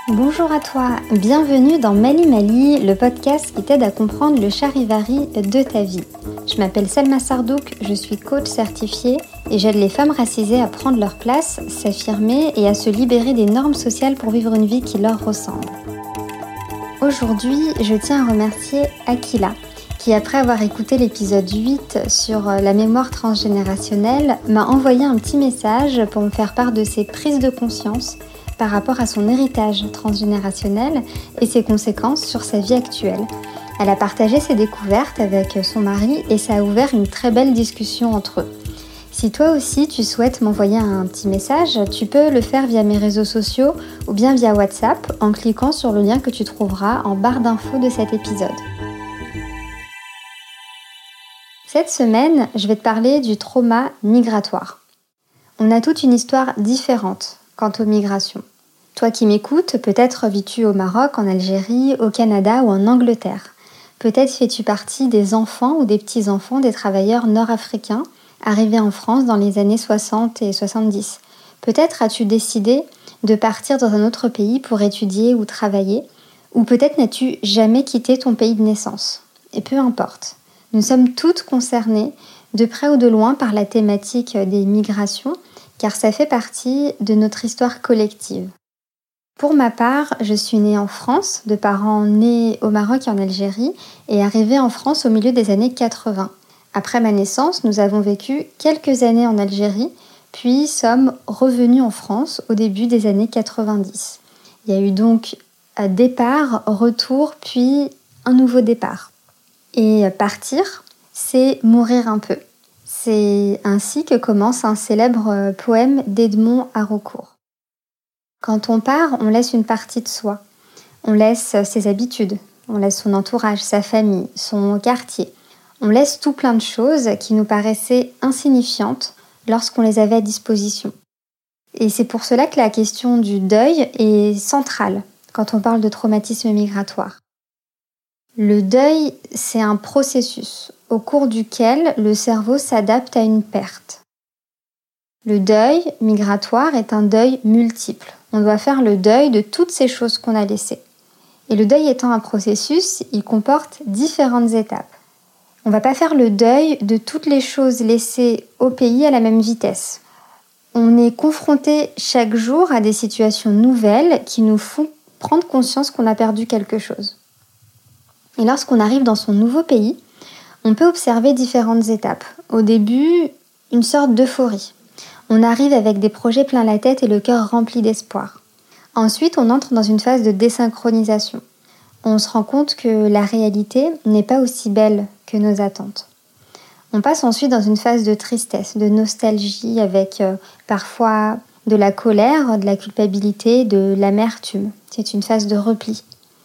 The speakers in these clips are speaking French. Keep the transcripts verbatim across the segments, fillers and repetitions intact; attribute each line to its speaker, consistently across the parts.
Speaker 1: Bonjour à toi, bienvenue dans Mali Mali, le podcast qui t'aide à comprendre le charivari de ta vie. Je m'appelle Selma Sardouk, je suis coach certifiée et j'aide les femmes racisées à prendre leur place, s'affirmer et à se libérer des normes sociales pour vivre une vie qui leur ressemble. Aujourd'hui, je tiens à remercier Akila, qui après avoir écouté l'épisode huit sur la mémoire transgénérationnelle, m'a envoyé un petit message pour me faire part de ses prises de conscience par rapport à son héritage transgénérationnel et ses conséquences sur sa vie actuelle. Elle a partagé ses découvertes avec son mari et ça a ouvert une très belle discussion entre eux. Si toi aussi tu souhaites m'envoyer un petit message, tu peux le faire via mes réseaux sociaux ou bien via WhatsApp en cliquant sur le lien que tu trouveras en barre d'infos de cet épisode. Cette semaine, je vais te parler du trauma migratoire. On a toute une histoire différente quant aux migrations. Toi qui m'écoutes, peut-être vis-tu au Maroc, en Algérie, au Canada ou en Angleterre. Peut-être fais-tu partie des enfants ou des petits-enfants des travailleurs nord-africains arrivés en France dans les années soixante et soixante-dix. Peut-être as-tu décidé de partir dans un autre pays pour étudier ou travailler, ou peut-être n'as-tu jamais quitté ton pays de naissance. Et peu importe, nous sommes toutes concernées de près ou de loin par la thématique des migrations, car ça fait partie de notre histoire collective. Pour ma part, je suis née en France, de parents nés au Maroc et en Algérie, et arrivée en France au milieu des années quatre-vingts. Après ma naissance, nous avons vécu quelques années en Algérie, puis sommes revenus en France au début des années quatre-vingt-dix. Il y a eu donc un départ, retour, puis un nouveau départ. Et partir, c'est mourir un peu. C'est ainsi que commence un célèbre poème d'Edmond Haraucourt. Quand on part, on laisse une partie de soi. On laisse ses habitudes, on laisse son entourage, sa famille, son quartier. On laisse tout plein de choses qui nous paraissaient insignifiantes lorsqu'on les avait à disposition. Et c'est pour cela que la question du deuil est centrale quand on parle de traumatisme migratoire. Le deuil, c'est un processus au cours duquel le cerveau s'adapte à une perte. Le deuil migratoire est un deuil multiple. On doit faire le deuil de toutes ces choses qu'on a laissées. Et le deuil étant un processus, il comporte différentes étapes. On ne va pas faire le deuil de toutes les choses laissées au pays à la même vitesse. On est confronté chaque jour à des situations nouvelles qui nous font prendre conscience qu'on a perdu quelque chose. Et lorsqu'on arrive dans son nouveau pays, on peut observer différentes étapes. Au début, une sorte d'euphorie. On arrive avec des projets plein la tête et le cœur rempli d'espoir. Ensuite, on entre dans une phase de désynchronisation. On se rend compte que la réalité n'est pas aussi belle que nos attentes. On passe ensuite dans une phase de tristesse, de nostalgie, avec euh, parfois de la colère, de la culpabilité, de l'amertume. C'est une phase de repli.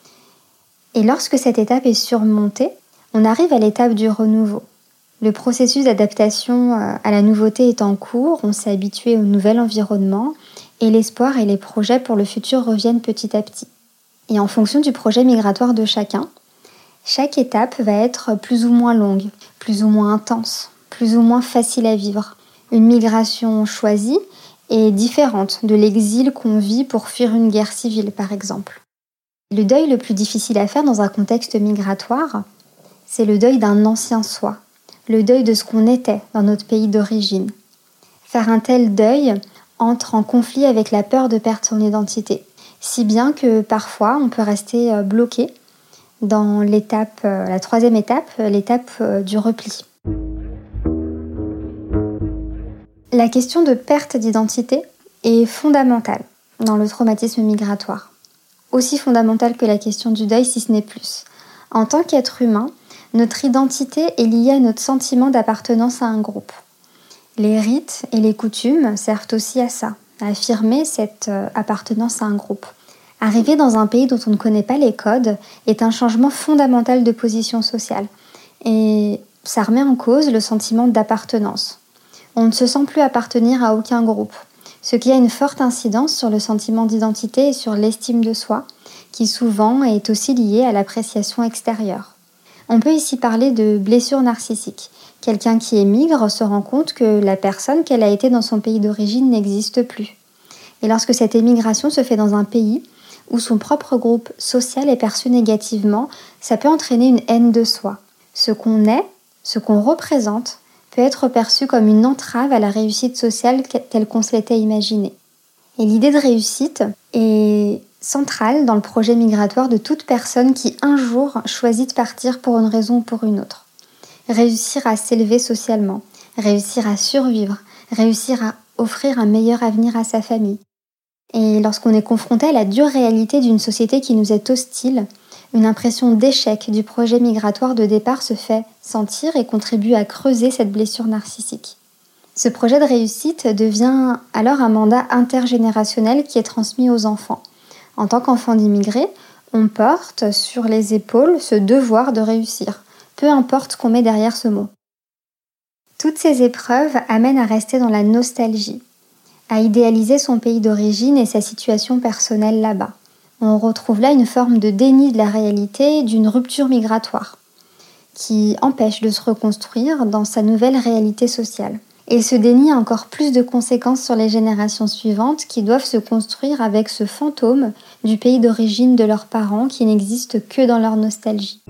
Speaker 1: Et lorsque cette étape est surmontée, on arrive à l'étape du renouveau. Le processus d'adaptation à la nouveauté est en cours, on s'est habitué au nouvel environnement et l'espoir et les projets pour le futur reviennent petit à petit. Et en fonction du projet migratoire de chacun, chaque étape va être plus ou moins longue, plus ou moins intense, plus ou moins facile à vivre. Une migration choisie est différente de l'exil qu'on vit pour fuir une guerre civile, par exemple. Le deuil le plus difficile à faire dans un contexte migratoire, c'est le deuil d'un ancien soi, le deuil de ce qu'on était dans notre pays d'origine. Faire un tel deuil entre en conflit avec la peur de perdre son identité, si bien que parfois on peut rester bloqué dans l'étape, la troisième étape, l'étape du repli. La question de perte d'identité est fondamentale dans le traumatisme migratoire. Aussi fondamentale que la question du deuil, si ce n'est plus. En tant qu'être humain, notre identité est liée à notre sentiment d'appartenance à un groupe. Les rites et les coutumes servent aussi à ça, à affirmer cette appartenance à un groupe. Arriver dans un pays dont on ne connaît pas les codes est un changement fondamental de position sociale. Et ça remet en cause le sentiment d'appartenance. On ne se sent plus appartenir à aucun groupe. Ce qui a une forte incidence sur le sentiment d'identité et sur l'estime de soi, qui souvent est aussi liée à l'appréciation extérieure. On peut ici parler de blessure narcissique. Quelqu'un qui émigre se rend compte que la personne qu'elle a été dans son pays d'origine n'existe plus. Et lorsque cette émigration se fait dans un pays où son propre groupe social est perçu négativement, ça peut entraîner une haine de soi. Ce qu'on est, ce qu'on représente, peut être perçu comme une entrave à la réussite sociale telle qu'on se l'était imaginée. Et l'idée de réussite est centrale dans le projet migratoire de toute personne qui un jour choisit de partir pour une raison ou pour une autre. Réussir à s'élever socialement, réussir à survivre, réussir à offrir un meilleur avenir à sa famille. Et lorsqu'on est confronté à la dure réalité d'une société qui nous est hostile, une impression d'échec du projet migratoire de départ se fait sentir et contribue à creuser cette blessure narcissique. Ce projet de réussite devient alors un mandat intergénérationnel qui est transmis aux enfants. En tant qu'enfant d'immigrés, on porte sur les épaules ce devoir de réussir, peu importe ce qu'on met derrière ce mot. Toutes ces épreuves amènent à rester dans la nostalgie, à idéaliser son pays d'origine et sa situation personnelle là-bas. On retrouve là une forme de déni de la réalité, d'une rupture migratoire, qui empêche de se reconstruire dans sa nouvelle réalité sociale. Et ce déni a encore plus de conséquences sur les générations suivantes qui doivent se construire avec ce fantôme du pays d'origine de leurs parents qui n'existe que dans leur nostalgie.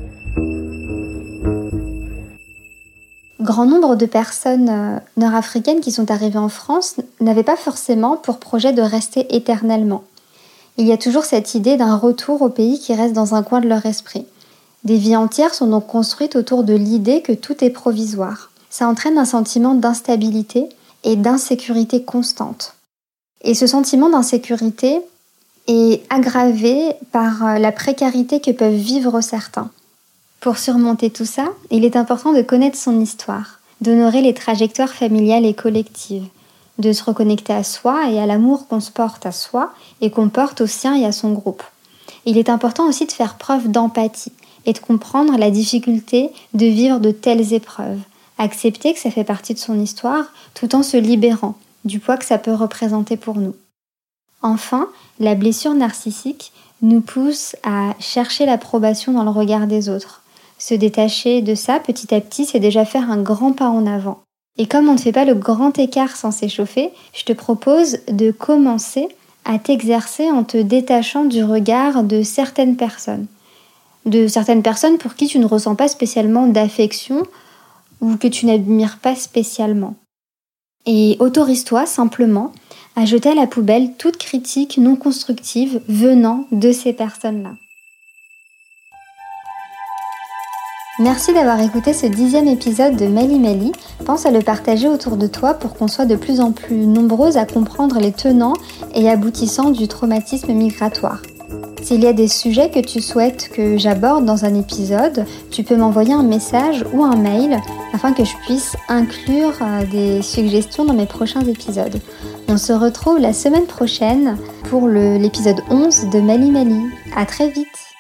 Speaker 1: Grand nombre de personnes nord-africaines qui sont arrivées en France n'avaient pas forcément pour projet de rester éternellement. Il y a toujours cette idée d'un retour au pays qui reste dans un coin de leur esprit. Des vies entières sont donc construites autour de l'idée que tout est provisoire. Ça entraîne un sentiment d'instabilité et d'insécurité constante. Et ce sentiment d'insécurité est aggravé par la précarité que peuvent vivre certains. Pour surmonter tout ça, il est important de connaître son histoire, d'honorer les trajectoires familiales et collectives, de se reconnecter à soi et à l'amour qu'on se porte à soi et qu'on porte au sien et à son groupe. Il est important aussi de faire preuve d'empathie et de comprendre la difficulté de vivre de telles épreuves, accepter que ça fait partie de son histoire tout en se libérant du poids que ça peut représenter pour nous. Enfin, la blessure narcissique nous pousse à chercher l'approbation dans le regard des autres. Se détacher de ça petit à petit, c'est déjà faire un grand pas en avant. Et comme on ne fait pas le grand écart sans s'échauffer, je te propose de commencer à t'exercer en te détachant du regard de certaines personnes. De certaines personnes pour qui tu ne ressens pas spécialement d'affection ou que tu n'admires pas spécialement. Et autorise-toi simplement à jeter à la poubelle toute critique non constructive venant de ces personnes-là. Merci d'avoir écouté ce dixième épisode de Mali Mali. Pense à le partager autour de toi pour qu'on soit de plus en plus nombreuses à comprendre les tenants et aboutissants du traumatisme migratoire. S'il y a des sujets que tu souhaites que j'aborde dans un épisode, tu peux m'envoyer un message ou un mail afin que je puisse inclure des suggestions dans mes prochains épisodes. On se retrouve la semaine prochaine pour le, l'épisode onze de Mali Mali. À très vite!